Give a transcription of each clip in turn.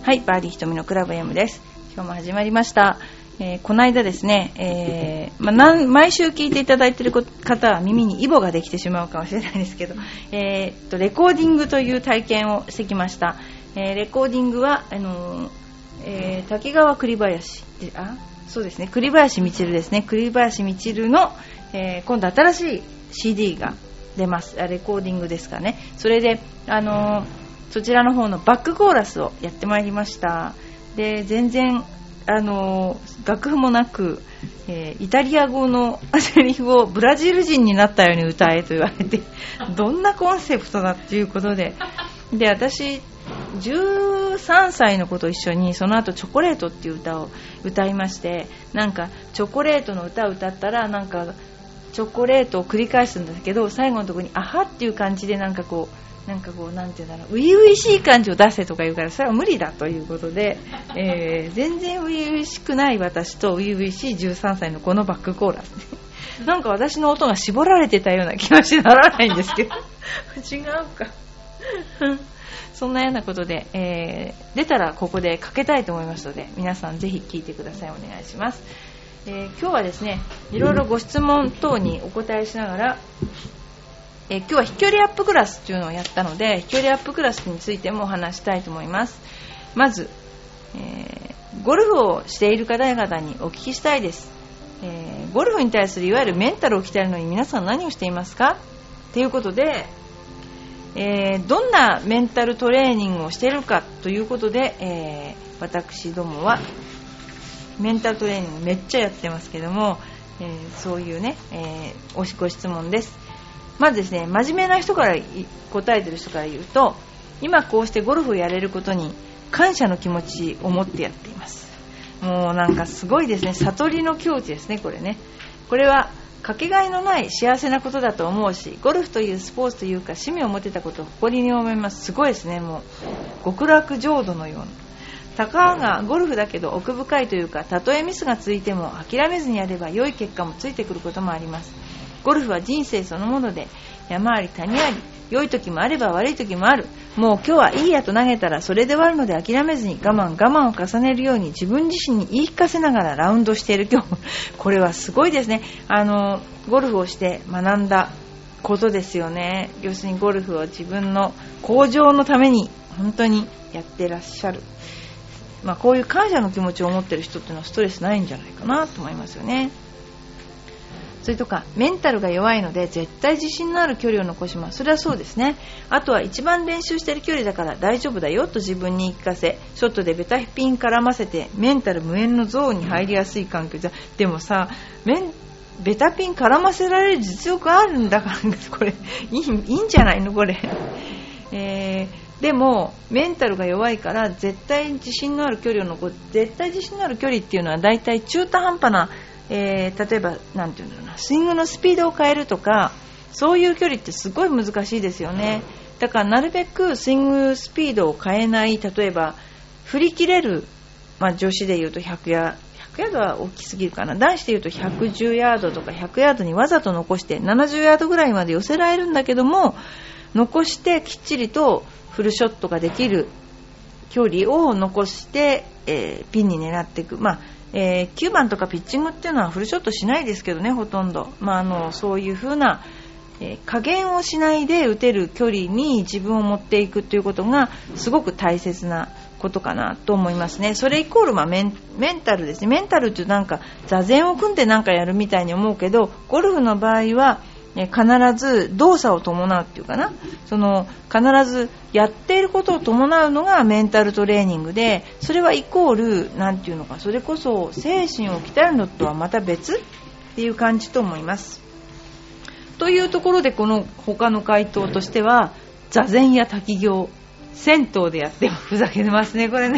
はい、バーディーひとみのクラブ M です。今日も始まりました。この間ですね、毎週聞いていただいている方は耳にイボができてしまうかもしれないですけど、レコーディングという体験をしてきました。レコーディングは滝川栗林で、そうですね、栗林みちるですね。栗林みちるの、今度新しい CD が出ます。レコーディングですかね。それでそちらの方のバックコーラスをやってまいりました。で、全然楽譜もなく、イタリア語のセリフをブラジル人になったように歌えと言われてどんなコンセプトだっていうことで、私13歳の子と一緒にその後チョコレートっていう歌を歌いまして、なんかチョコレートの歌を歌ったらなんかチョコレートを繰り返すんだけど、最後のところにアハっていう感じでなんかこうなんていうんだろう、初々しい感じを出せとか言うから、それは無理だということで、全然初々しくない私と初々しい13歳の子のバックコーラスでなんか私の音が絞られてたような気がしならないんですけど違うかそんなようなことで、出たらここでかけたいと思いますので、皆さんぜひ聴いてください。お願いします。今日はですね、いろいろご質問等にお答えしながら、今日は飛距離アップクラスというのをやったので、飛距離アップクラスについてもお話したいと思います。まず、ゴルフをしている方々にお聞きしたいです。ゴルフに対するいわゆるメンタルを鍛えるのに皆さん何をしていますかということで、どんなメンタルトレーニングをしているかということで、私どもはメンタルトレーニングめっちゃやってますけども、そういうね、ご質問です。まずですね、真面目な人から答えてる人から言うと、今こうしてゴルフをやれることに感謝の気持ちを持ってやっています。もうなんかすごいですね、悟りの境地ですね、これね。これはかけがえのない幸せなことだと思うし、ゴルフというスポーツというか趣味を持てたことを誇りに思います。すごいですね、もう極楽浄土のような。たかがゴルフだけど奥深いというか、たとえミスがついても諦めずにやれば良い結果もついてくることもあります。ゴルフは人生そのもので、山あり谷あり、良い時もあれば悪い時もある。もう今日はいいやと投げたらそれで終わるので諦めずに我慢を重ねるように自分自身に言い聞かせながらラウンドしている今日。これはすごいですね。ゴルフをして学んだことですよね。要するにゴルフを自分の向上のために本当にやってらっしゃる。こういう感謝の気持ちを持っている人っていうのはストレスないんじゃないかなと思いますよね。それとか、メンタルが弱いので絶対自信のある距離を残します。それはそうですね。あとは一番練習している距離だから大丈夫だよと自分に言い聞かせ、ショットでベタピン絡ませてメンタル無縁のゾーンに入りやすい環境でもさ、ベタピン絡ませられる実力あるんだからこれいいんじゃないのこれ、でもメンタルが弱いから絶対自信のある距離を残す。絶対自信のある距離っていうのはだいたい中途半端な、例えばなんていうんだろうな、スイングのスピードを変えるとか、そういう距離ってすごい難しいですよね。だからなるべくスイングスピードを変えない。例えば振り切れる、女子でいうと100ヤードは大きすぎるかな。男子でいうと110ヤードとか100ヤードにわざと残して70ヤードぐらいまで寄せられるんだけども、残してきっちりとフルショットができる距離を残して、ピンに狙っていく。9番とかピッチングっていうのはフルショットしないですけどね、ほとんど。そういう風な、加減をしないで打てる距離に自分を持っていくということがすごく大切なことかなと思いますね。それイコール、メンタルですね。メンタルってなんか座禅を組んでなんかやるみたいに思うけど、ゴルフの場合は必ず動作を伴うっていうかな、必ずやっていることを伴うのがメンタルトレーニングで、それはイコールなんていうのか、それこそ精神を鍛えるのとはまた別っていう感じと思います。というところで、この他の回答としては、座禅や滝行、銭湯でやってもふざけてますねこれね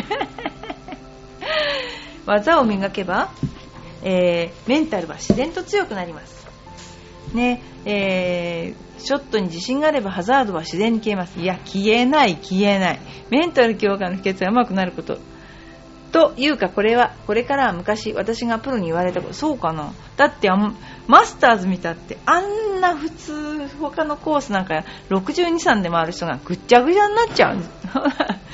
技を磨けば、メンタルは自然と強くなりますね。ショットに自信があればハザードは自然に消えます。いや、消えない。メンタル強化の秘訣は上手くなることというか、これからは昔私がプロに言われたこと。そうかな。だってマスターズ見たってあんな普通他のコースなんか62、3で回る人がぐっちゃぐちゃになっちゃうんです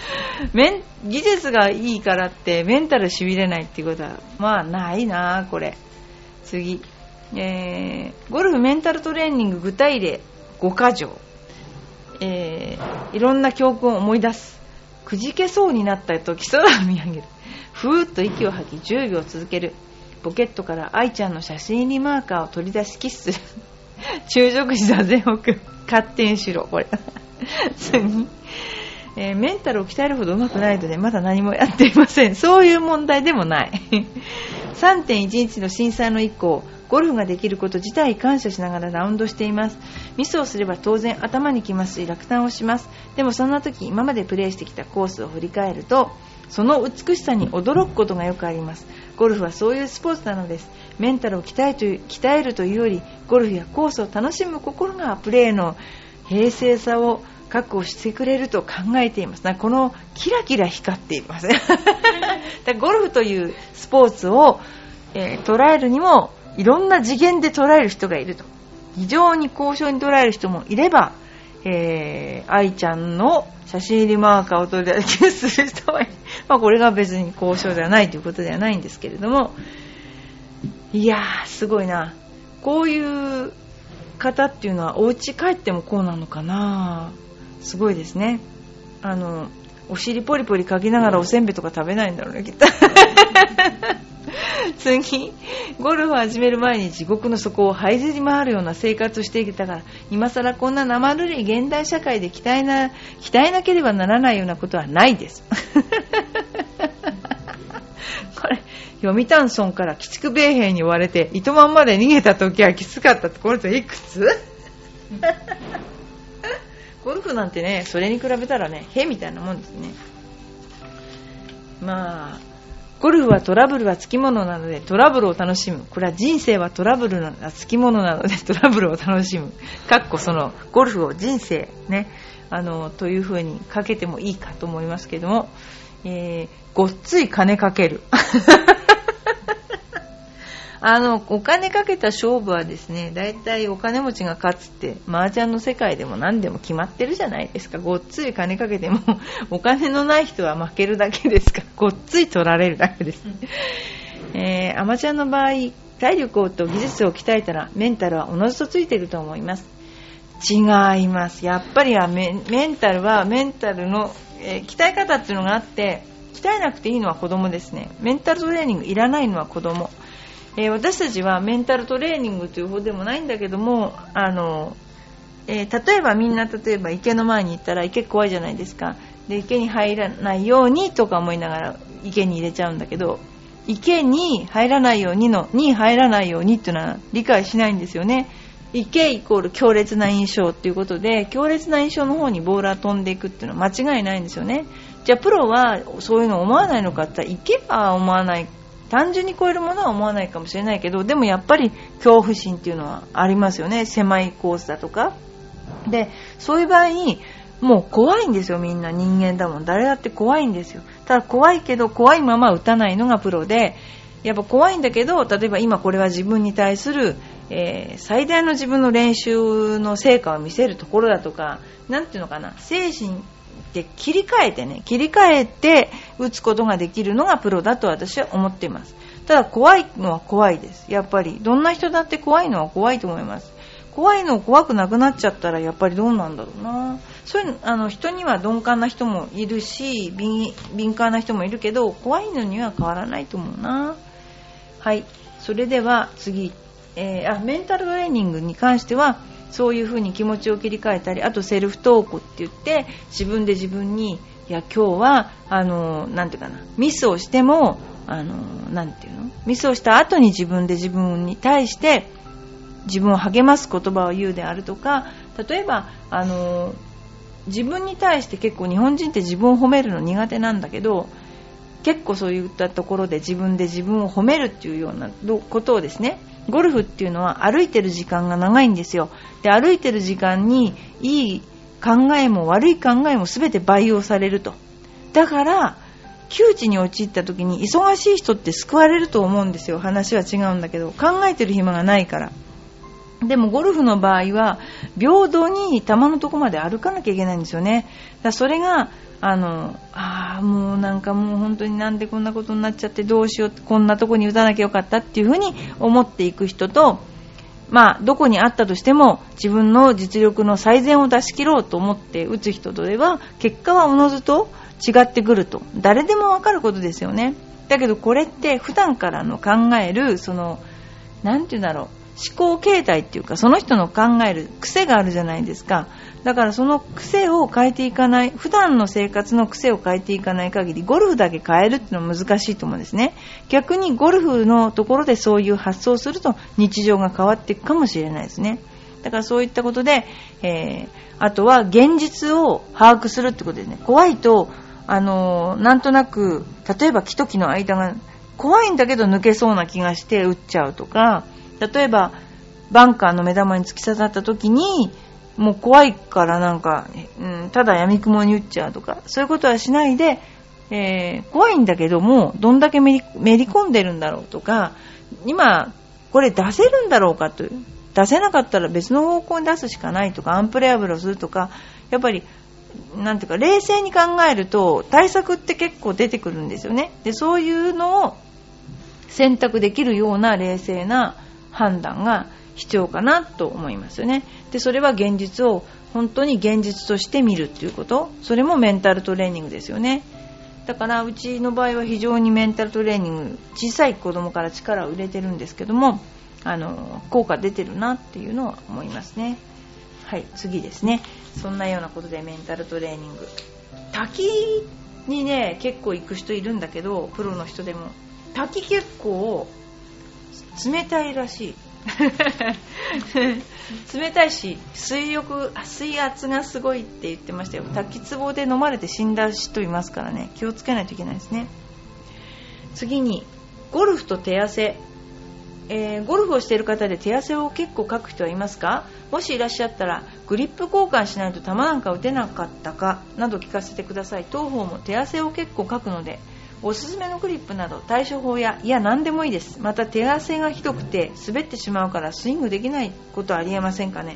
技術がいいからってメンタルしびれないっていうことはまあないな。これ次、ゴルフメンタルトレーニング具体例5か条、いろんな教訓を思い出す。くじけそうになった時空を見上げる。ふーっと息を吐き10秒続ける。ポケットから愛ちゃんの写真入りマーカーを取り出しキスする。昼食時座禅を勝手にしろ。これ次、メンタルを鍛えるほど上手くないのでまだ何もやっていません。そういう問題でもない。3.11 の震災の以降、ゴルフができること自体感謝しながらラウンドしています。ミスをすれば当然頭にきますし落胆をします。でもそんな時、今までプレーしてきたコースを振り返るとその美しさに驚くことがよくあります。ゴルフはそういうスポーツなのです。メンタルを鍛えるというより、ゴルフやコースを楽しむ心がプレーの平静さを確保してくれると考えています。このキラキラ光っていますだゴルフというスポーツを、捉えるにもいろんな次元で捉える人がいると。非常に高尚に捉える人もいれば、愛ちゃんの写真入りマーカーを取り出しする人はいる。これが別に高尚ではないということではないんですけれども、いやーすごいな。こういう方っていうのはお家帰ってもこうなのかな。すごいですね。お尻ポリポリかきながらおせんべいとか食べないんだろうねきっと次、ゴルフを始める前に地獄の底を這いずり回るような生活をしてきたから、今更こんな生ぬるい現代社会で鍛えなければならないようなことはないですこれ読谷村から鬼畜米兵に追われて糸満まで逃げた時はきつかったって。この人いくつゴルフなんてね、それに比べたらね、へみたいなもんですね。まあゴルフはトラブルはつきものなのでトラブルを楽しむ。これは人生はトラブルがつきものなのでトラブルを楽しむ。かっこそのゴルフを人生ね、という風にかけてもいいかと思いますけども、ごっつい金かけるお金かけた勝負はですね、だいたいお金持ちが勝つって麻雀の世界でも何でも決まってるじゃないですか。ごっつい金かけてもお金のない人は負けるだけですから、ごっつい取られるだけです、アマチュアの場合、体力と技術を鍛えたらメンタルはおのずとついていると思います。違います。やっぱりはメンタルはメンタルの、鍛え方っていうのがあって、鍛えなくていいのは子供ですね。メンタルトレーニングいらないのは子供。私たちはメンタルトレーニングという方でもないんだけども、例えばみんな池の前に行ったら池怖いじゃないですか。で池に入らないようにとか思いながら池に入れちゃうんだけど、池に入らないように入らないようにっていうのは理解しないんですよね。池イコール強烈な印象っていうことで、強烈な印象の方にボールは飛んでいくっていうのは間違いないんですよね。じゃあプロはそういうの思わないのかって言ったら、池は思わない、単純に超えるものは思わないかもしれないけど、でもやっぱり恐怖心っていうのはありますよね。狭いコースだとかで、そういう場合にもう怖いんですよ。みんな人間だもん。誰だって怖いんですよ。ただ怖いけど怖いまま打たないのがプロで、やっぱ怖いんだけど、例えば今これは自分に対する、最大の自分の練習の成果を見せるところだとか、なんていうのかな、精神で切り替えて打つことができるのがプロだと私は思っています。ただ怖いのは怖いです。やっぱりどんな人だって怖いのは怖いと思います。怖いの怖くなくなっちゃったらやっぱりどうなんだろうな。そういう人には鈍感な人もいるし、敏感な人もいるけど、怖いのには変わらないと思うな。はい、それでは次、メンタルトレーニングに関してはそういう風に気持ちを切り替えたり、あとセルフトークって言って自分で自分に、いや今日はなんていうかな、ミスをしてもなんていうの、ミスをした後に自分で自分に対して自分を励ます言葉を言うであるとか、例えば自分に対して結構日本人って自分を褒めるの苦手なんだけど、結構そういったところで自分で自分を褒めるっていうようなことをですね、ゴルフっていうのは歩いてる時間が長いんですよ。で、歩いてる時間にいい考えも悪い考えも全て培養されると。だから窮地に陥った時に忙しい人って救われると思うんですよ。話は違うんだけど、考えてる暇がないから。でもゴルフの場合は平等に球のとこまで歩かなきゃいけないんですよね。だからそれがもうなんかもう本当になんでこんなことになっちゃってどうしよう、こんなとこに打たなきゃよかったっていうふうに思っていく人と、どこにあったとしても自分の実力の最善を出し切ろうと思って打つ人とでは結果はおのずと違ってくると、誰でもわかることですよね。だけどこれって普段からの考えるなんていうんだろう、思考形態っていうか、その人の考える癖があるじゃないですか。だからその癖を変えていかない、普段の生活の癖を変えていかない限りゴルフだけ変えるっていうのは難しいと思うんですね。逆にゴルフのところでそういう発想をすると日常が変わっていくかもしれないですね。だからそういったことで、あとは現実を把握するってことですね。怖いとなんとなく、例えば木と木の間が怖いんだけど抜けそうな気がして打っちゃうとか、例えばバンカーの目玉に突き刺さった時にもう怖いからただ闇雲に打っちゃうとか、そういうことはしないで、怖いんだけどもどんだけめり込んでるんだろうとか、今これ出せるんだろうかという、出せなかったら別の方向に出すしかないとか、アンプレアブルをするとか、やっぱりなんていうか冷静に考えると対策って結構出てくるんですよね。でそういうのを選択できるような冷静な判断が必要かなと思いますよね。でそれは現実を本当に現実として見るっていうこと、それもメンタルトレーニングですよね。だからうちの場合は非常にメンタルトレーニング、小さい子供から力を入れてるんですけども、効果出てるなっていうのは思いますね。はい、次ですね。そんなようなことでメンタルトレーニング、滝にね結構行く人いるんだけど、プロの人でも滝結構冷たいらしい冷たいし水圧がすごいって言ってましたよ。滝壺で飲まれて死んだ人いますからね、気をつけないといけないですね。次にゴルフと手汗、ゴルフをしている方で手汗を結構かく人はいますか？もしいらっしゃったらグリップ交換しないと球なんか打てなかったかなど聞かせてください。当方も手汗を結構かくのでおすすめのグリップなど対処法や何でもいいです。また手汗がひどくて滑ってしまうからスイングできないことはありえませんかね。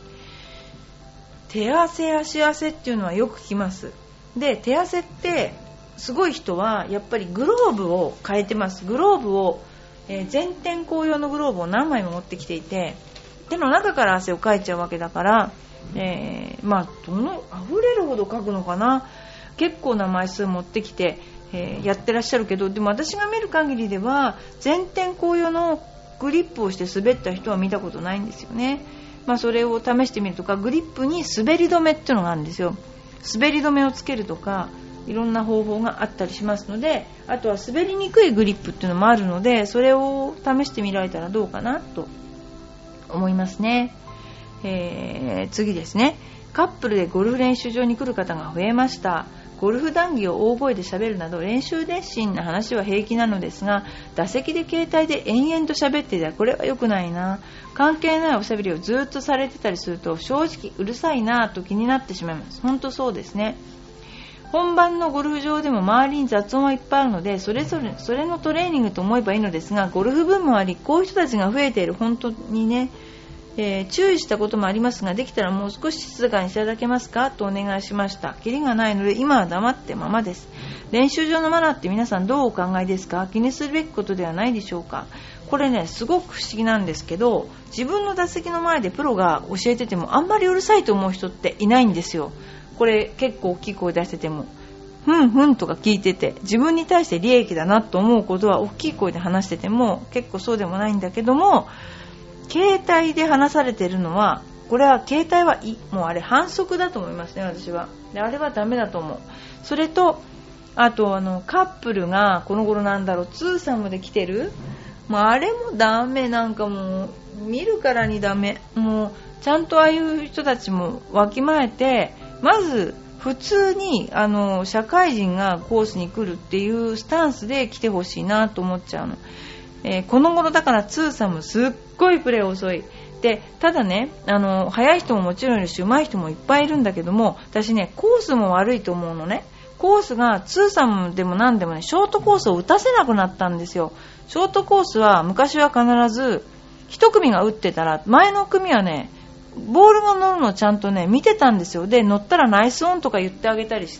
手汗足汗っていうのはよく聞きます。で手汗ってすごい人はやっぱりグローブを変えてます。グローブを、全天候用のグローブを何枚も持ってきていて、手の中から汗をかいちゃうわけだから、溢れるほどかくのかな、結構な枚数持ってきてやってらっしゃるけど、でも私が見る限りでは全天候用のグリップをして滑った人は見たことないんですよね。それを試してみるとか、グリップに滑り止めっていうのがあるんですよ。滑り止めをつけるとかいろんな方法があったりしますので、あとは滑りにくいグリップっていうのもあるので、それを試してみられたらどうかなと思いますね。次ですね。カップルでゴルフ練習場に来る方が増えました。ゴルフ談義を大声で喋るなど練習熱心な話は平気なのですが、打席で携帯で延々と喋っていたらこれは良くないな、関係ないおしゃべりをずっとされてたりすると正直うるさいなと気になってしまいます。本当そうですね。本番のゴルフ場でも周りに雑音はいっぱいあるので、それのトレーニングと思えばいいのですが、ゴルフ部もありこういう人たちが増えている、本当にね、注意したこともありますが、できたらもう少し静かにしていただけますかとお願いしました。キリがないので今は黙ってままです。練習場のマナーって皆さんどうお考えですか？気にするべきことではないでしょうか？これね、すごく不思議なんですけど、自分の打席の前でプロが教えててもあんまりうるさいと思う人っていないんですよ。これ結構大きい声出しててもふんふんとか聞いてて、自分に対して利益だなと思うことは大きい声で話してても結構そうでもないんだけども、携帯で話されているのは、これは携帯はもうあれ反則だと思いますね、私は。であれはダメだと思う。それとあとカップルがこの頃ツーサムで来てる、あれもダメ。なんかもう見るからにダメ。もうちゃんとああいう人たちもわきまえて、まず普通に社会人がコースに来るっていうスタンスで来てほしいなと思っちゃうの。この頃だからツーサムすっごいプレー遅いで、ただね、速い人ももちろんいるし上手い人もいっぱいいるんだけども、私ねコースも悪いと思うのね。コースがツーサムでも何でもね、ショートコースを打たせなくなったんですよ。ショートコースは昔は必ず一組が打ってたら前の組はねボールが乗るのをちゃんとね見てたんですよ。で乗ったらナイスオンとか言ってあげたりして、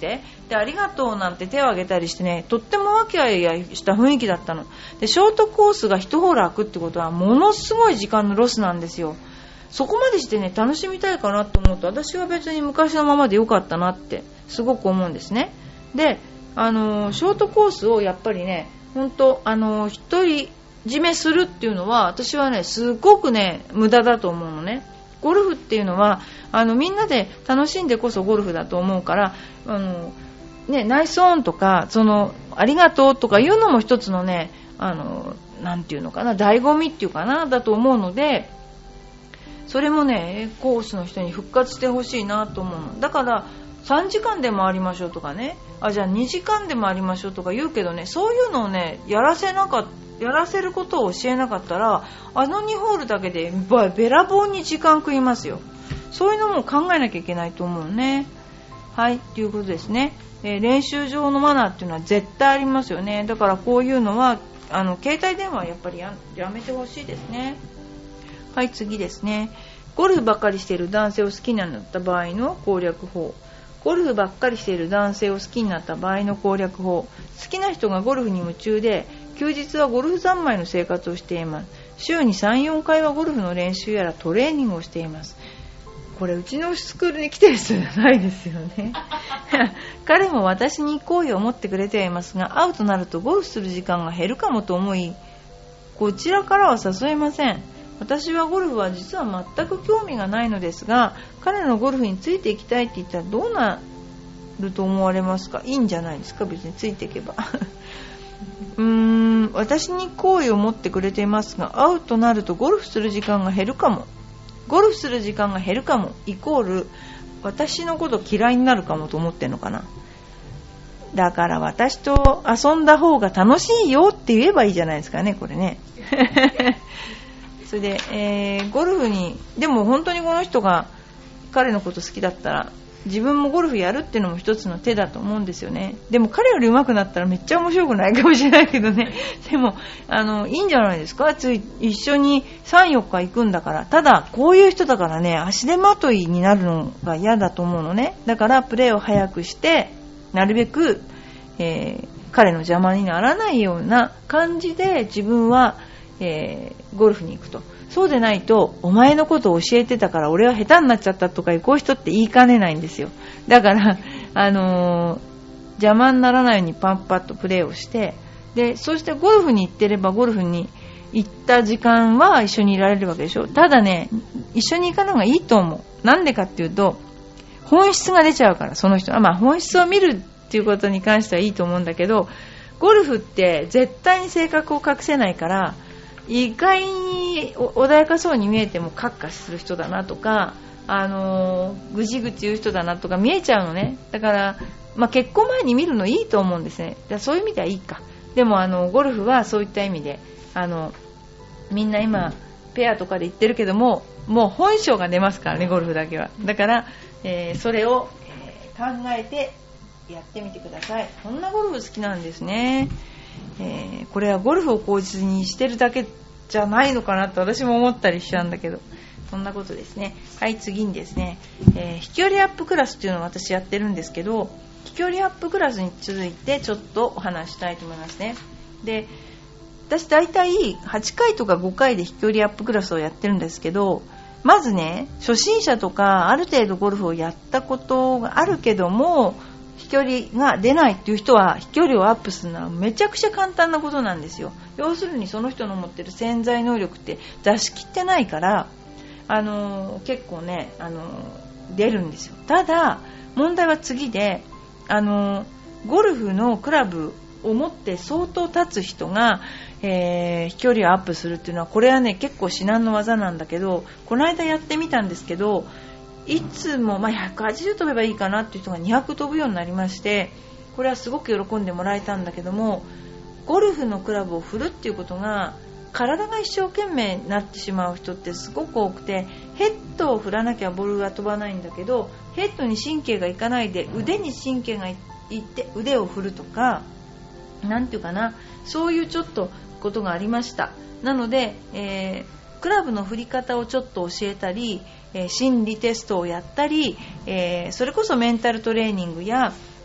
でありがとうなんて手を挙げたりしてね、とっても和気あいあいした雰囲気だったので、ショートコースが1ホール空くってことはものすごい時間のロスなんですよ。そこまでしてね楽しみたいかなと思うと、私は別に昔のままでよかったなってすごく思うんですね。でショートコースをやっぱりね、本当独り占めするっていうのは私はねすごくね無駄だと思うのね。ゴルフっていうのはみんなで楽しんでこそゴルフだと思うから、ナイスオンとかありがとうとかいうのも一つのねなんていうのかな、醍醐味っていうかなだと思うので、それもねコースの人に復活してほしいなと思うの。だから3時間でもありましょうとかね、じゃあ2時間でもありましょうとか言うけどね、そういうのをねやらせることを教えなかったら、2ホールだけでべらぼうに時間食いますよ。そういうのも考えなきゃいけないと思うね。はいということですね。練習場のマナーっていうのは絶対ありますよね。だからこういうのは携帯電話はやっぱり やめてほしいですね。はい、次ですね。ゴルフばっかりしている男性を好きになった場合の攻略法。ゴルフばっかりしている男性を好きになった場合の攻略法。好きな人がゴルフに夢中で休日はゴルフ三昧の生活をしています。週に 3,4 回はゴルフの練習やらトレーニングをしています。これうちのスクールに来てる人じゃないですよね。彼も私に好意を持ってくれてはいますが、会うとなるとゴルフする時間が減るかもと思い、こちらからは誘えません。私はゴルフは実は全く興味がないのですが、彼のゴルフについていきたいって言ったらどうなると思われますか？いいんじゃないですか、別についていけば。私に好意を持ってくれていますが、会うとなるとゴルフする時間が減るかも。ゴルフする時間が減るかもイコール私のこと嫌いになるかもと思ってんのかな。だから私と遊んだ方が楽しいよって言えばいいじゃないですかね、これね。それで、ゴルフにでも本当にこの人が彼のこと好きだったら自分もゴルフやるっていうのも一つの手だと思うんですよね。でも彼より上手くなったらめっちゃ面白くないかもしれないけどね。でもいいんじゃないですか。一緒に 3,4 日行くんだから。ただこういう人だからね、足手まといになるのが嫌だと思うのね。だからプレーを早くしてなるべく、彼の邪魔にならないような感じで自分は、ゴルフに行くと。そうでないとお前のことを教えてたから俺は下手になっちゃったとかこういう人って言いかねないんですよ。だから邪魔にならないようにパッとプレーをして、でそしてゴルフに行ってればゴルフに行った時間は一緒にいられるわけでしょ。ただね、一緒に行かない方がいいと思う。なんでかっていうと本質が出ちゃうから。その人は本質を見るっていうことに関してはいいと思うんだけど、ゴルフって絶対に性格を隠せないから、意外に穏やかそうに見えてもカッカする人だなとか、ぐちぐち言う人だなとか見えちゃうのね。だから、結婚前に見るのいいと思うんですね。だからそういう意味ではいいか。でもゴルフはそういった意味でみんな今ペアとかで行ってるけども、もう本性が出ますからね、ゴルフだけは。だから、それを、考えてやってみてください。こんなゴルフ好きなんですね。これはゴルフを口実にしてるだけじゃないのかなと私も思ったりしちゃうんだけど、そんなことですね。はい、次にですね、飛距離アップクラスっていうのを私やってるんですけど、飛距離アップクラスについてちょっとお話したいと思いますね。で、私大体8回とか5回で飛距離アップクラスをやってるんですけど、まずね、初心者とかある程度ゴルフをやったことがあるけども飛距離が出ないっていう人は、飛距離をアップするのはめちゃくちゃ簡単なことなんですよ。要するにその人の持ってる潜在能力って出し切ってないから、結構ね、出るんですよ。ただ問題は次で、ゴルフのクラブを持って相当立つ人が、飛距離をアップするっていうのは、これはね結構至難の技なんだけど、この間やってみたんですけど、いつも、180飛べばいいかなっていう人が200飛ぶようになりまして、これはすごく喜んでもらえたんだけども、ゴルフのクラブを振るっていうことが体が一生懸命になってしまう人ってすごく多くて、ヘッドを振らなきゃボールが飛ばないんだけど、ヘッドに神経がいかないで腕に神経がいって腕を振るとか、なんていうかな、そういうちょっとことがありました。なので、クラブの振り方をちょっと教えたり、心理テストをやったり、それこそメンタルトレーニングや、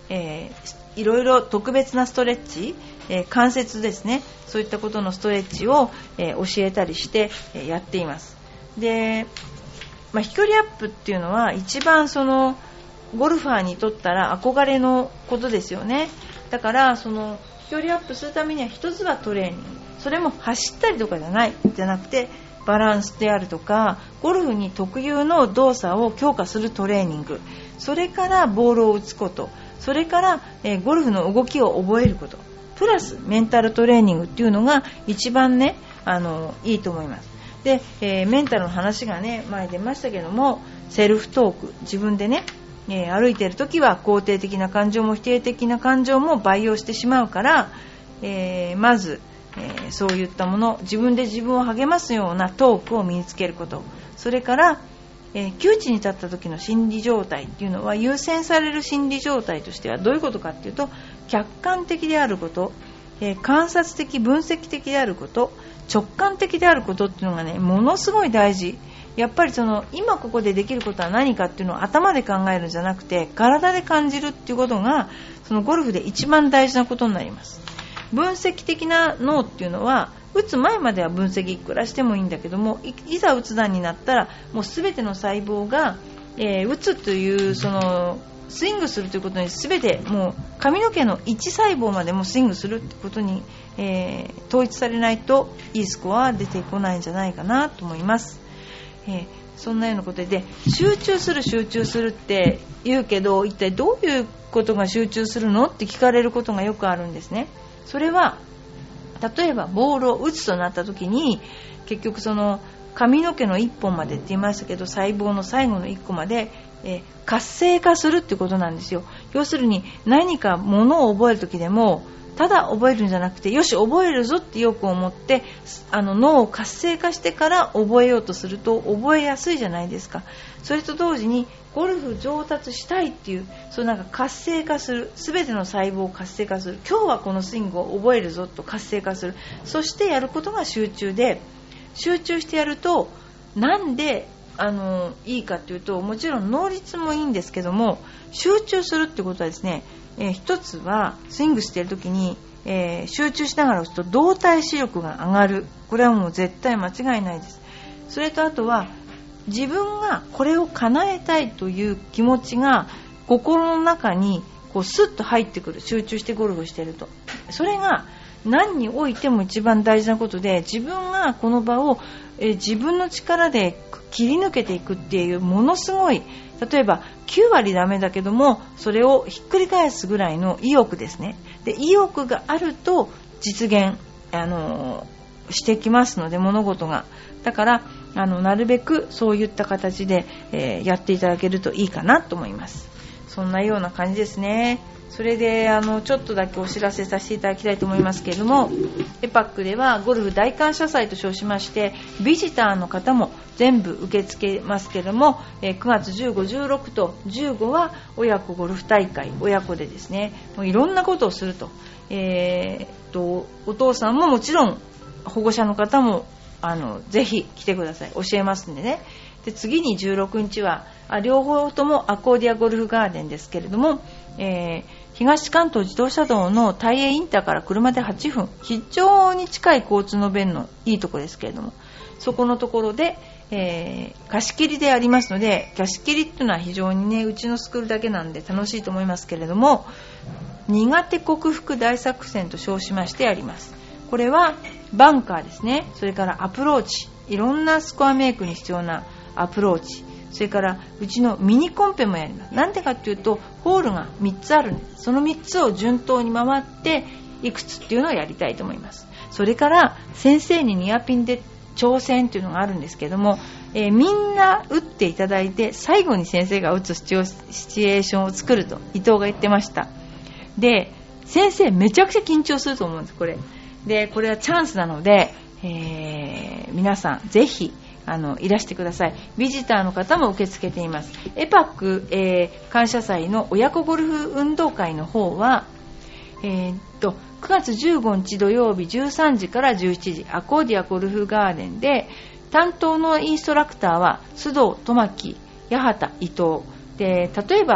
いろいろ特別なストレッチ、関節ですね、そういったことのストレッチを、教えたりして、やっています。で、飛距離アップっていうのは一番そのゴルファーにとったら憧れのことですよね。だからその飛距離アップするためには一つはトレーニング、それも走ったりとかじゃなくてバランスであるとかゴルフに特有の動作を強化するトレーニング、それからボールを打つこと、それから、ゴルフの動きを覚えること、プラスメンタルトレーニングっていうのが一番ね、いいと思います。で、メンタルの話がね前出ましたけども、セルフトーク、自分でね、歩いているときは肯定的な感情も否定的な感情も培養してしまうから、まず、そういったもの、自分で自分を励ますようなトークを身につけること、それから、窮地に立った時の心理状態っていうのは優先される心理状態としてはどういうことかっていうと、客観的であること、観察的分析的であること、直感的であることっていうのがねものすごい大事。やっぱりその今ここでできることは何かっていうのを頭で考えるんじゃなくて体で感じるっていうことがそのゴルフで一番大事なことになります。分析的な脳っていうのは打つ前までは分析いくらしてもいいんだけども、いざ打つ段になったらもう全ての細胞が、打つというそのスイングするということに全てもう髪の毛の1細胞までもスイングするということに、統一されないといいスコアは出てこないんじゃないかなと思います。そんなようなことで集中するって言うけど、一体どういうことが集中するのって聞かれることがよくあるんですね。それは例えばボールを打つとなった時に結局その髪の毛の1本までって言いましたけど、細胞の最後の1個まで、活性化するってことなんですよ。要するに何かものを覚える時でもただ覚えるんじゃなくて、よし覚えるぞってよく思って脳を活性化してから覚えようとすると覚えやすいじゃないですか。それと同時にゴルフ上達したいっていうそうなんか活性化する、全ての細胞を活性化する、今日はこのスイングを覚えるぞと活性化する、そしてやることが集中で、集中してやるとなんでいいかというと、もちろん能率もいいんですけども、集中するってことはですね、一つはスイングしている時に、集中しながら打つと動体視力が上がる。これはもう絶対間違いないです。それとあとは自分がこれを叶えたいという気持ちが心の中にこうスッと入ってくる。集中してゴルフしていると、それが何においても一番大事なことで、自分がこの場を、自分の力で切り抜けていくっていうものすごい、例えば9割ダメだけどもそれをひっくり返すぐらいの意欲ですね。で意欲があると実現、してきますので、物事がだからなるべくそういった形で、やっていただけるといいかなと思います。そんなような感じですね。それでちょっとだけお知らせさせていただきたいと思いますけれども、エパックではゴルフ大感謝祭と称しましてビジターの方も全部受け付けますけれども、9月15、16と15は親子ゴルフ大会、親子でですねもういろんなことをすると、お父さんももちろん保護者の方もぜひ来てください、教えますんでね。で次に16日は両方ともアコーディアゴルフガーデンですけれども、東関東自動車道の大栄インターから車で8分、非常に近い交通の便のいいところですけれども、そこのところで、貸し切りでありますので、貸し切りっていうのは非常にねうちのスクールだけなんで楽しいと思いますけれども、苦手克服大作戦と称しましてあります。これはバンカーですね、それからアプローチ、いろんなスコアメイクに必要なアプローチ、それからうちのミニコンペもやります。なんでかっていうとホールが3つあるんです。その3つを順当に回っていくつっていうのをやりたいと思います。それから先生にニアピンで挑戦っていうのがあるんですけども、みんな打っていただいて最後に先生が打つシチュエーションを作ると伊藤が言ってました。で先生めちゃくちゃ緊張すると思うんです。これはチャンスなので、皆さんぜひいらしてください。ビジターの方も受け付けています。エパック、感謝祭の親子ゴルフ運動会の方は、9月15日土曜日13時から17時アコーディアゴルフガーデンで、担当のインストラクターは須藤智樹、八幡、伊藤で、例えば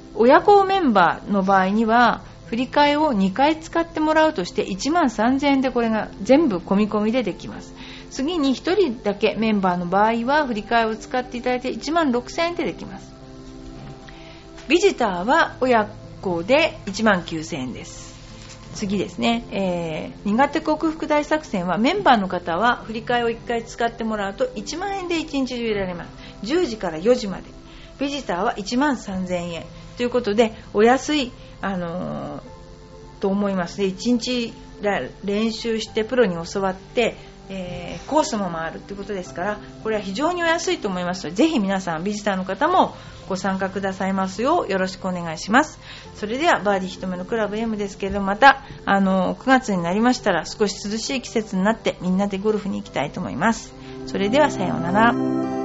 親子メンバーの場合には振り替えを2回使ってもらうとして13,000円でこれが全部込み込みでできます。次に1人だけメンバーの場合は振り替えを使っていただいて16,000円でできます。ビジターは親子で19,000円です。次ですね、苦手克服大作戦はメンバーの方は振り替えを1回使ってもらうと1万円で1日中入れられます。10時から4時まで。ビジターは13,000円ということでお安い、と思いますね。1日練習してプロに教わって、コースも回るということですから、これは非常にお安いと思いますので、ぜひ皆さんビジターの方もご参加くださいますようよろしくお願いします。それではバーディーひとめのクラブ M ですけれども、また9月になりましたら少し涼しい季節になってみんなでゴルフに行きたいと思います。それではさようなら。